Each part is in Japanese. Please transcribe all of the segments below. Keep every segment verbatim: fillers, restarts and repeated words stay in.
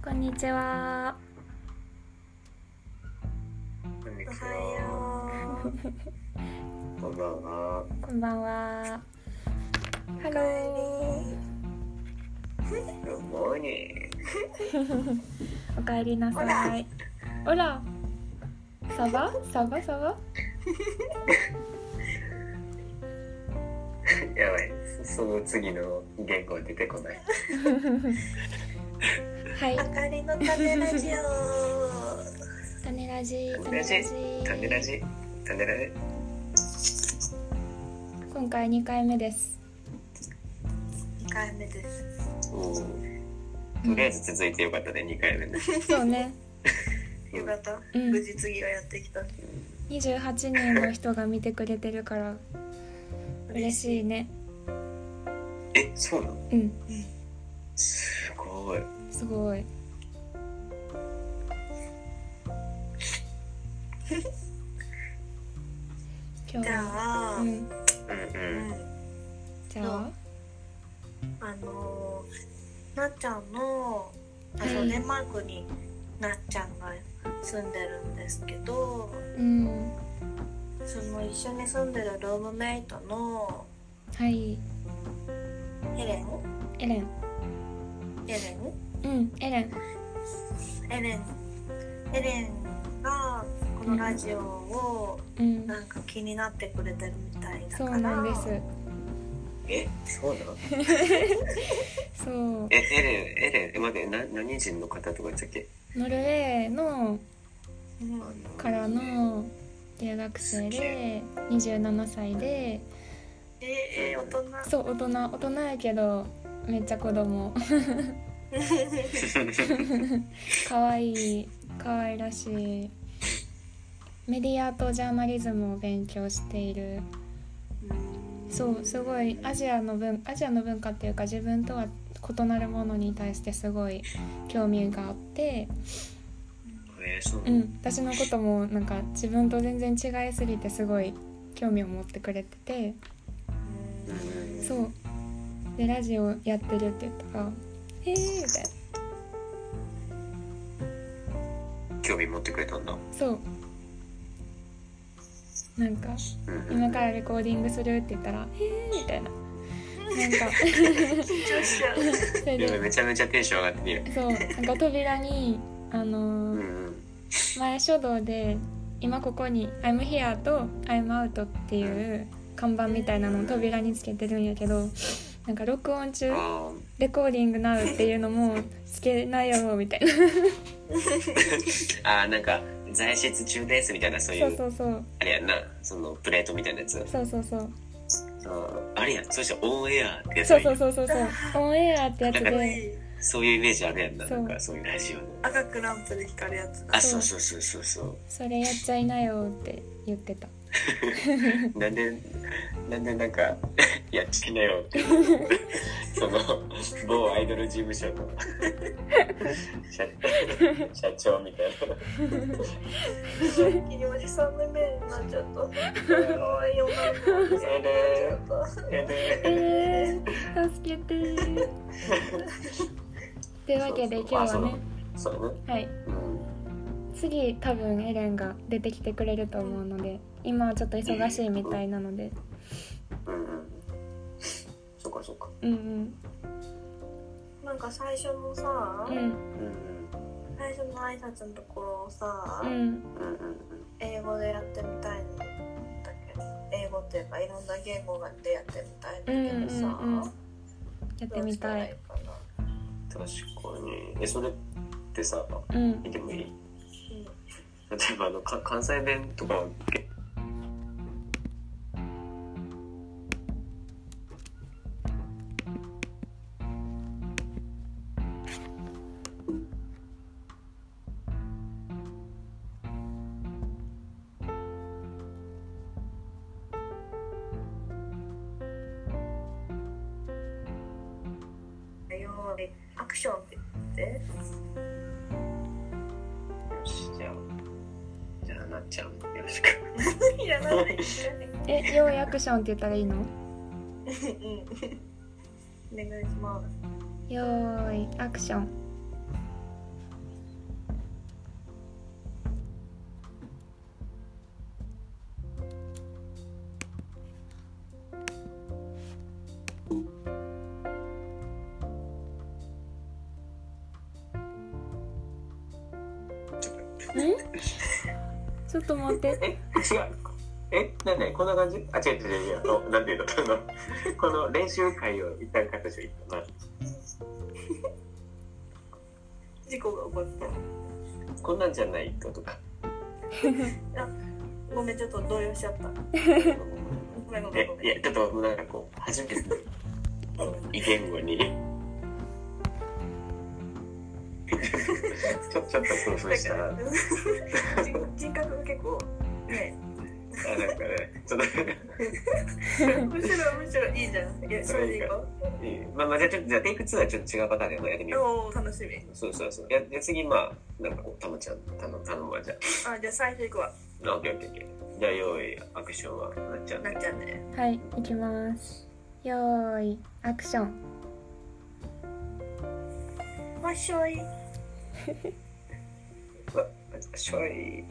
こんにちは。 こんにちは。こんばんは。 こんばんは。ハロー。 Good morning。 おかえりなさい。オラ。サバ？サバサバ？ やばい、その次の言語出てこない。 はい。 あかりの種ラジオ。 種ラジ、 種ラジ、種ラジ、種ラジ。 今回にかいめです。 にかいめです。 おー、とりあえず続いてよかったね、にかいめね。 そうね。 よかった、 うん、 無事次がやってきた。 にじゅうはちにんの人が見てくれてるから嬉しいね。 え、そうなの？ うん。 すごい。 すごい。今日じゃあ、 うん、うん、 うんうん。 じゃあ、 あのー、なっちゃんの、あの、 はい、 デンマークになっちゃんが住んでるんですけど、 うん、 その一緒に住んでるルームメイトのはい、 ヘレンエレン、 エレンうん、エレン、 エレンエレンがこのラジオをうん、 なんか気になってくれてるみたいだそうから、 なんです。 え、そうなの？ そう。 え、エレン、エレン、え、待って、な、何人の方とか言ったっけ？ ノルウェーのうんからの留学生でにじゅうななさいで、 えー、大人そう大人大人やけどめっちゃ子供。可愛い可愛らしい。メディアとジャーナリズムを勉強している。そうすごいアジアの文アジアの文化っていうか自分とは異なるものに対してすごい興味があって、 えー、そううん、私のこともなんか自分と全然違いすぎてすごい興味を持ってくれてて、そうでラジオやってるって言ったらへーみたいな。 興味持ってくれたんだ。 そうなんか、うん、今からレコーディングするって言ったらへーみたいな、なんか緊張しちゃう。 それでめちゃめちゃテンション上がってる。 そうなんか扉にあのーうんうん、 前書道で今ここに I'm here と I'm out っていう看板みたいなのを扉につけてるんやけど、なんか録音中レコーディング now っていうのもつけなよみたいな。 あー、なんか在室中ですみたいな、そういう、 そうそうそうあれやんな、そのプレートみたいなやつ。 そうそうそうあれやん、そしてオンエアってやつ。 そうそうそうそうそうオンエアってやつで、 そういうイメージあるやんな、 そうなんかそういうラジオの赤くランプで光るやつだ。 あ、そうそうそうそうそう。 それやっちゃいなよって言ってた。 なんでなんでなんかやっちゃいなよってその某アイドル事務所の社, 社長みたいな。 一気におじさんの目になっちゃった。かわいい女の子になっちゃった。 えー、助けてというわけで今日はね、 そうそうね、 はい、うん、次多分エレンが出てきてくれると思うので、今はちょっと忙しいみたいなので、 うんうん、そうかそうか、 うんうん、 なんか最初のさ、 うん、 最初の挨拶のところをさ、 うん、 英語でやってみたいんだけど、英語っていうかいろんな言語でやってみたいんだけどさ、 うんうんうん、やってみたい。 確かに。え、それってさ、 うん、 見てもいい？うん、例えばあのか関西弁とかアクションって言って。 よし、じゃあじゃあなっちゃんよろしく。 いやなんでえ、ようやアクションって言ったらいいの？ うんお願いします。 よーいアクション。 ちょっと待って。 え、違う。え、なんでこんな感じ？あ、違う違う違う。のなんていうの、そのこの練習会を一旦カットしよう。まあ、 事故が起こった。 こんなんじゃないことか。 あ、ごめん、ちょっと動揺しちゃった。ごめんごめんごめん。 え、いや、ちょっとなんかこう初めて異言語にちょちょっと工夫したな。 人格が結構ね。 あ、なんかね、ちょっとむしろむしろいいじゃん。いや、それでいこいい。まあまあじゃあちょっとじゃあテイクツーはちょっと違うパターンでやってみう。 よう。 おお、楽しみ。 そうそうそう。やで次まあなんかこうたまちゃん頼む頼むわじゃあ、じゃあ最初いくわ。 あ。オッケーオッケーオッケー。じゃあ用意アクションはなっちゃう。 なっちゃんね。 はい行きます。よーいアクション。 わっしょい。 わしょい。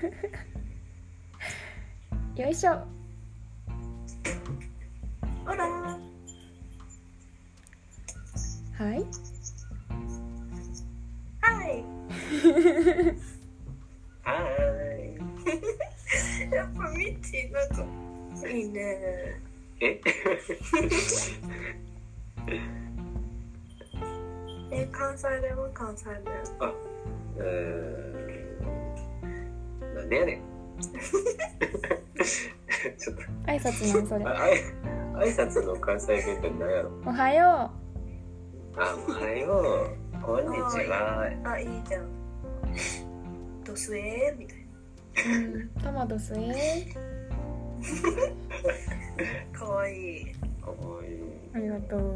よいしょ。 あら。 はいはい。 はやっぱミッチーなんかいいね。 ーい。え？ え、関西弁は関西弁。 あ、うーん。なんでやねん。ちょっと挨拶なんそれ。 ああい挨拶の関西弁って何やろ。 おはよあ、おはよう。こんにちは。 あ、いいじゃん。ドスエーみたいう。うんトマトスえな。かわいい。 かわいい。 ありがとう。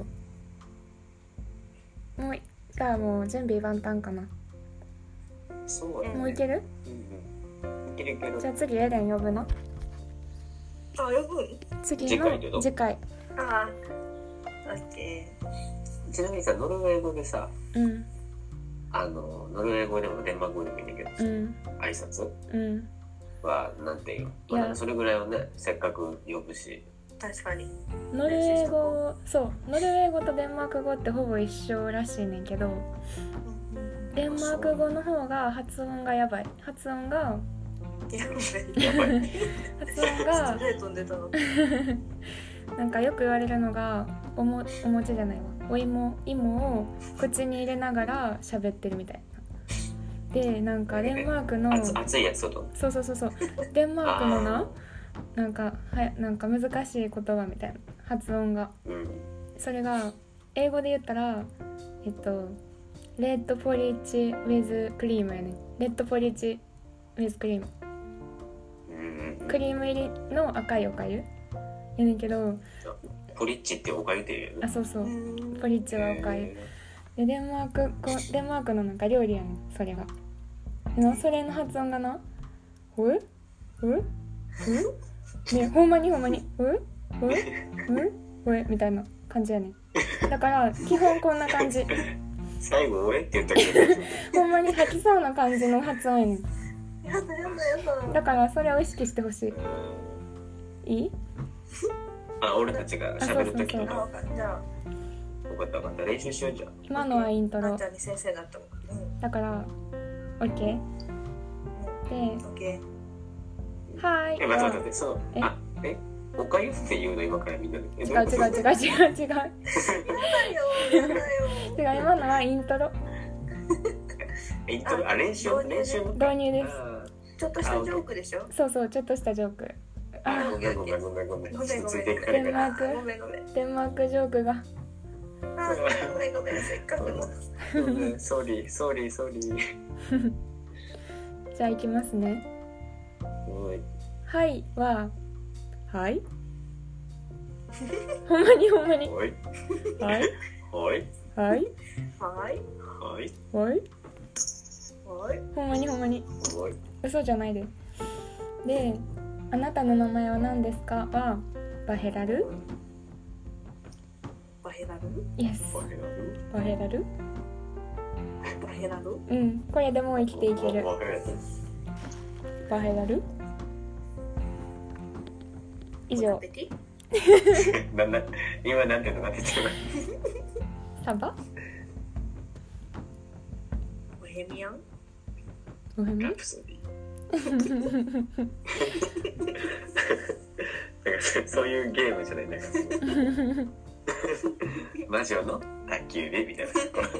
もういじゃあもう準備万端かな。 そうだね。 もういける？ うんうん。いけるいける。 じゃあ次エレン呼ぶの？ あ、呼ぶん？ 次次回ってどの次回。 あ、オッケちなみにさ、ノルウェー語でさ、 うんあのノルウェー語でもデンマーク語でもいいんだけど、 うん挨拶うんはなんていうの？ いやまあ、それぐらいをね、せっかく呼ぶし。 ー。確かに。 ノルウェー語そうノルウェー語とデンマーク語ってほぼ一緒らしいねんけど、デンマーク語の方が発音がやばい。発音がやばい。 やばい。 発音がストレートに出たの。 なんかよく言われるのがおもお餅じゃないわお芋芋を口に入れながら喋ってるみたいな。でなんかデンマークの熱熱いやつと。 そうそうそうそうデンマークのななんかはなんか難しい言葉みたいな発音が、 うん。 それが英語で言ったらえっとレッドポリッチウィズクリームやねレッドポリッチウィズクリームうんうん。 クリーム入りの赤いおかゆやねんけど、 ポリッチっておかゆって言うあそうそううんポリッチはおかゆでデンマークこデンマークのなんか料理やねんそれがでなそれの発音がなほえほえほえねほんまにほんまにほえほえほえほえみたいな感じやねんだから基本こんな感じ最後俺って言ったけど。 ほんまに吐きそうな感じの発音やねんやだやだやだ。 だからそれを意識してほしいいいあ、俺たちが喋るときあに。 あ、わかった。じゃあ、 分かった分かった。練習しようじゃん。 今のはイントロなっちゃんに先生になったもん。うん。 だから OK でオッケはーいえ、待って待って、そう。 えあ、え、おかゆっていうの今からみんなで。え違う違う違う違う違う違うー。やだよ、やだよ。 違う今のはイントロえ、イントロ、あ、練習導入練習の。 導入ですあちょっとしたジョークでしょ。 そうそうちょっとしたジョークーあ、ごめんごめんごめんごめん。 ごめんごめんついていかれるデンマークごめんごめん。 デンマークジョークがあ、ごめんごめん。せっかくの。 うんソーリー、ソーリー、ソーリー。 じゃあいきますねおい。 はいははいほんまにほんまにおい。 はいおい。 はいはい。 はい。 はいはい。 ほんまにほんまにおい。 嘘じゃないでであなたの名前は何ですかはバヘラルバヘラルイエスバヘラルバヘラルバヘラルうんこれでもう生きていけるバヘラルバヘラル以上なんだ今なんていうのなんて言ってるサバボヘミアンごめんねラプソディなんかそそういうゲームじゃないなんかその魔女の宅急便みたい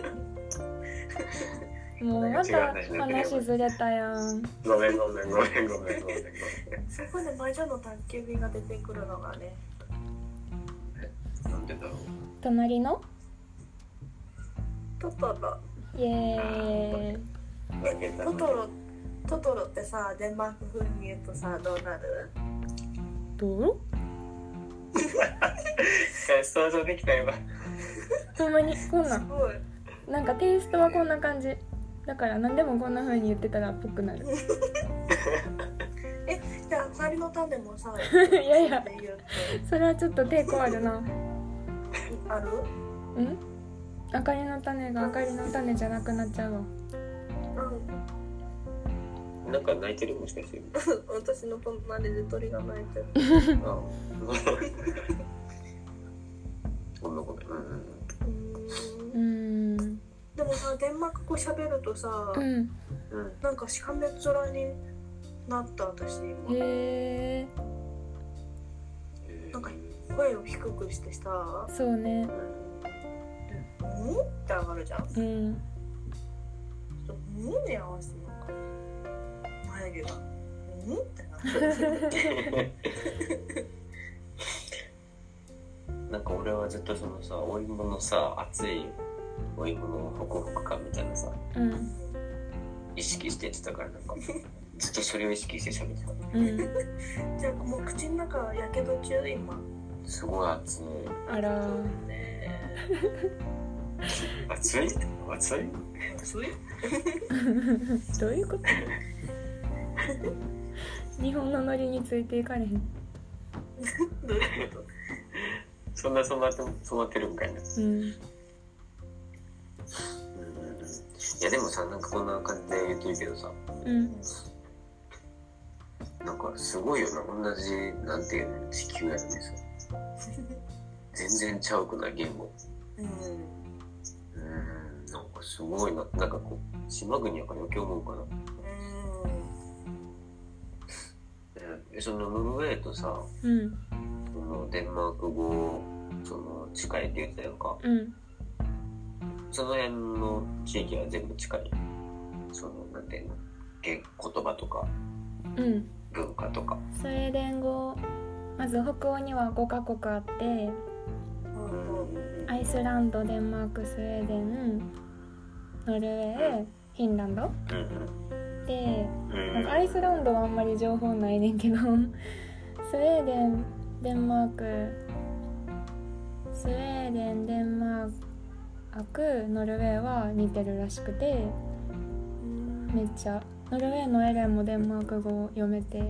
なもうまた話ずれたやん。 ごめんごめんごめんごめんごめんごめんそこで魔女の宅急便が出てくるのがね、 なんでだろう。 隣のトトロ。 イエーイ。 え、トトロトトロってさ、デンマーク風に言うとさ、どうなる？ どう？ 想像できた今。 ほんまにこんなすごい。 なんかテイストはこんな感じだから何でもこんな風に言ってたらっぽくなる。 え、じゃああかりの種もさ、 いやいやって言うとそれはちょっと抵抗あるな。 ある？ ん？あかりの種があかりの種じゃなくなっちゃうわ。 うん。 なんか泣いてるもしかして私の隣で鳥が鳴いてる。 あごめんごめん。うんうーん。 でもさ、デンマーク語喋るとさ、 うん。 うん。 なんかしかめっ面になった私今。 へえ。 なんか声を低くしてさ、 そうね。 うんって上がるじゃん。 うん。 ちょっとうんに合わせてなんか眉毛がうんってなってる。 なんか俺はずっとそのさ、お芋のさ、熱いお芋のホクホク感みたいなさ、 うん。 意識してやってたから、なんかずっとそれを意識して喋ってた。 うん。 じゃあもう口の中やけど中今。 すごい熱い。 あらー。 ね熱い熱い熱い？ どういうこと？日本のノリについていかれへん。 どういうこと？ そんな染まって染まってるんかいな。 うん。 うん。いやでもさ、なんかこんな感じで言ってるけどさ、 うん。 なんかすごいよな、同じなんていうの地球やのにさ、全然ちゃうくない言語。 うん。 うーん、なんかすごいな、なんかこう島国やから余計思うかな。うん。そのノルウェーとさ、 うん。 そのデンマーク語その近いって言ってたよか。 うん。 その辺の地域は全部近い。そのなんていうの、言葉とかうん。 文化とか。 スウェーデン語、まず北欧にはごカ国あって、アイスランド、デンマーク、スウェーデン、ノルウェー、フィンランドうんで、 うんなんかアイスランドはあんまり情報ないねんけど、スウェーデン、デンマーク、スウェーデン、デンマーク、ノルウェーは似てるらしくて、めっちゃノルウェーのエレンもデンマーク語読めて、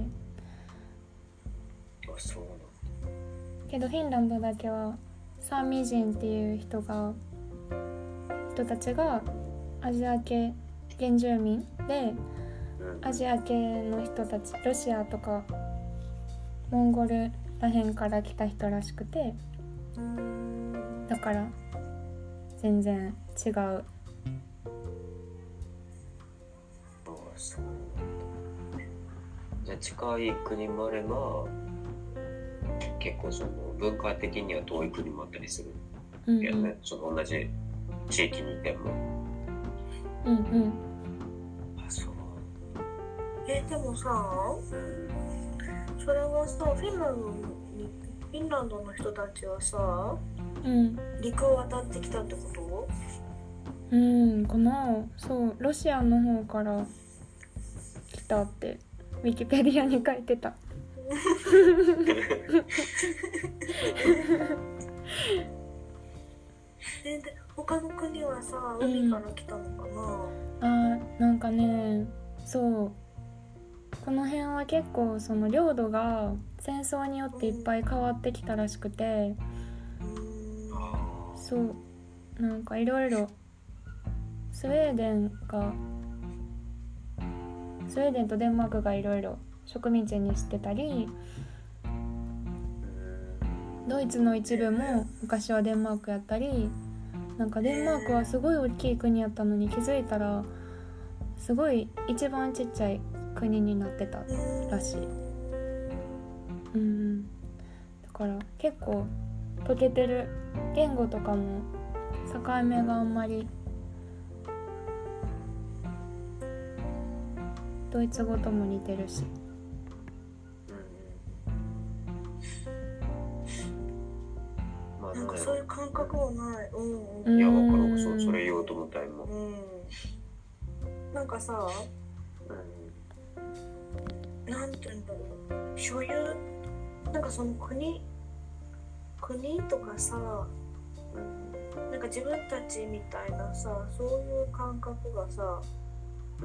あ、そうなの。 けどフィンランドだけはサーミ人っていう人が人たちがアジア系原住民で、アジア系の人たち、ロシアとかモンゴルらへんから来た人らしくて、だから全然違う。 あ、そうなんだ。じゃあ近い国もあれば結構その文化的には遠い国もあったりするうんけどね、その同じ地域にいても。 うんうんあ、そう。 え、でもさ、それはさ、フィンランドにフィンランドの人たちはさ、 うん陸を渡ってきたってこと？ うんかな。そう、ロシアの方から来たってウィキペディアに書いてた。 で、で他の国はさ、海から来たのかな？ あー、なんかね、そうこの辺は結構その領土が戦争によっていっぱい変わってきたらしくて、そうなんかいろいろスウェーデンがスウェーデンとデンマークがいろいろ植民地にしてたり、ドイツの一部も昔はデンマークやったり、なんかデンマークはすごい大きい国やったのに気づいたらすごい一番ちっちゃい国になってたらしい。うん、だから結構溶けてる。言語とかも境目があんまりドイツ語とも似てるし。 なんかそういう感覚もない。うんうん。いや、わかる。そう、それ言おうと思った今。うん。 なんかさ、うん、なんていうんだろう。所有、なんかその国、国とかさ、うん、なんか自分たちみたいなさ、そういう感覚がさ、うん、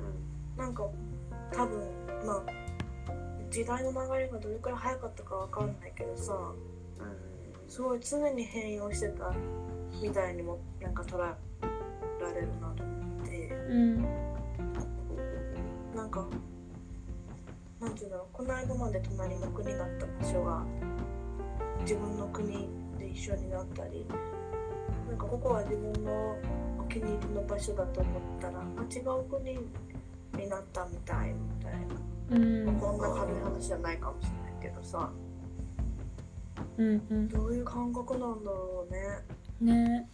なんか多分まあ時代の流れがどれくらい早かったかわかんないけどさ。すごい常に変容してたみたいにもなんか捉えられるなと思って、うん、なんかなんていうんだろう、この間まで隣の国だった場所が自分の国で一緒になったり、なんかここは自分のお気に入りの場所だと思ったら違う国になったみたいみたいな、うん、こんな軽い話じゃないかもしれないけどさ、 うんうん、 どういう感覚なんだろうね。ね。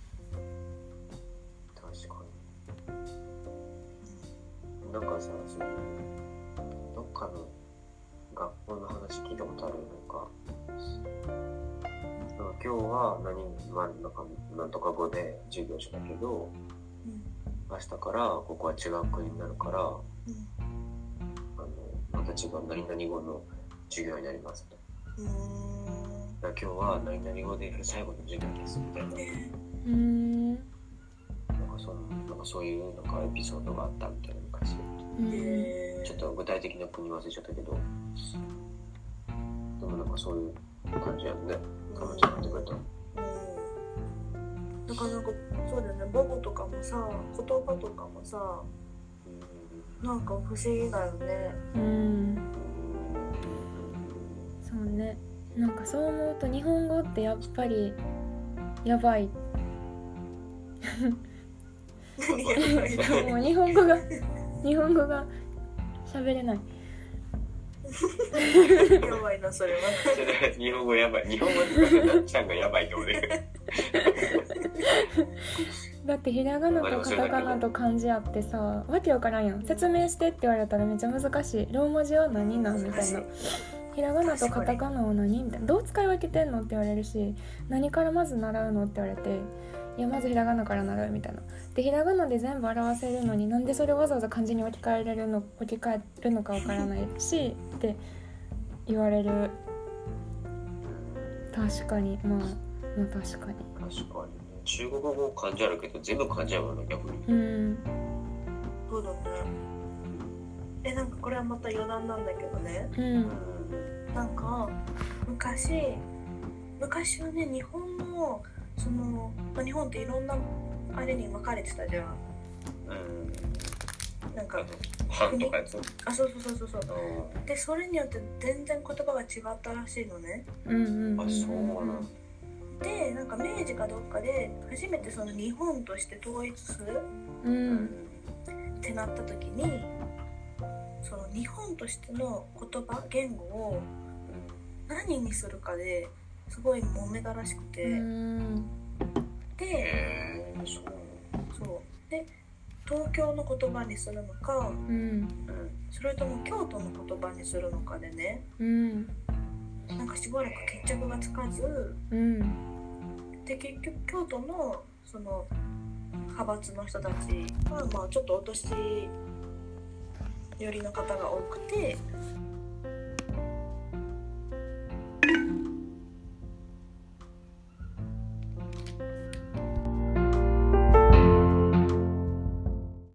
確かに。なんかさ、そのどっかの学校の話聞いたことあるのか。なんか今日は何、まあ、なんかなんとか語で授業したけど、うん、明日からここは違う国になるから、うん、あのまた違う何々語の授業になりますと。うーん、今日は何々語でやる最後の授業ですみたいな。うーん。なんかそのなんかそういうなんかエピソードがあったみたいな昔。えー、ちょっと具体的な国忘れちゃったけど、でもなんかそういう感じやんね。彼女が言ってくれた。 うん。なかなかそうだよね。母語とかもさ、言葉とかもさ、うん、なんか不思議だよね。うん。 そうね。なんかそう思うと日本語ってやっぱりやばい。もう日本語が日本語が喋れない。 やばいなそれは。 日本語やばい。日本語使ってなっちゃんがやばいと思うね。 だってひらがなとカタカナと漢字あってさ、わけわからんやん。説明してって言われたらめっちゃ難しい。ローマ字は何なんみたいな。ひらがなとカタカナは何みたいな。どう使い分けてんのって言われるし、何からまず習うのって言われて、いやまずひらがなから習うみたいな。でひらがなで全部表せるのになんでそれわざわざ漢字に置き換えられるの置き換えるのかわからないしって言われる。確かに、まあ、まあ確かに。 確かにね。中国語漢字あるけど全部漢字やもんな逆に。 うん。そうだね。えなんかこれはまた余談なんだけどね。うん。なんか昔昔はね日本のその、まあ、日本っていろんなあれに分かれてたじゃん。うん。なんか藩とかやつ。 あそうそうそうそうそう。でそれによって全然言葉が違ったらしいのね。 うんうん。あそうなの。 でなんか明治かどっかで初めてその日本として統一する、うん、ってなった時にその日本としての言葉言語を何にするかですごい揉めたらしくて、うん、で、そうで東京の言葉にするのか、うん、それとも京都の言葉にするのかでね、うん、なんかしばらく決着がつかず、うん、で結局京都のその派閥の人たちはまあちょっとお年寄りの方が多くて、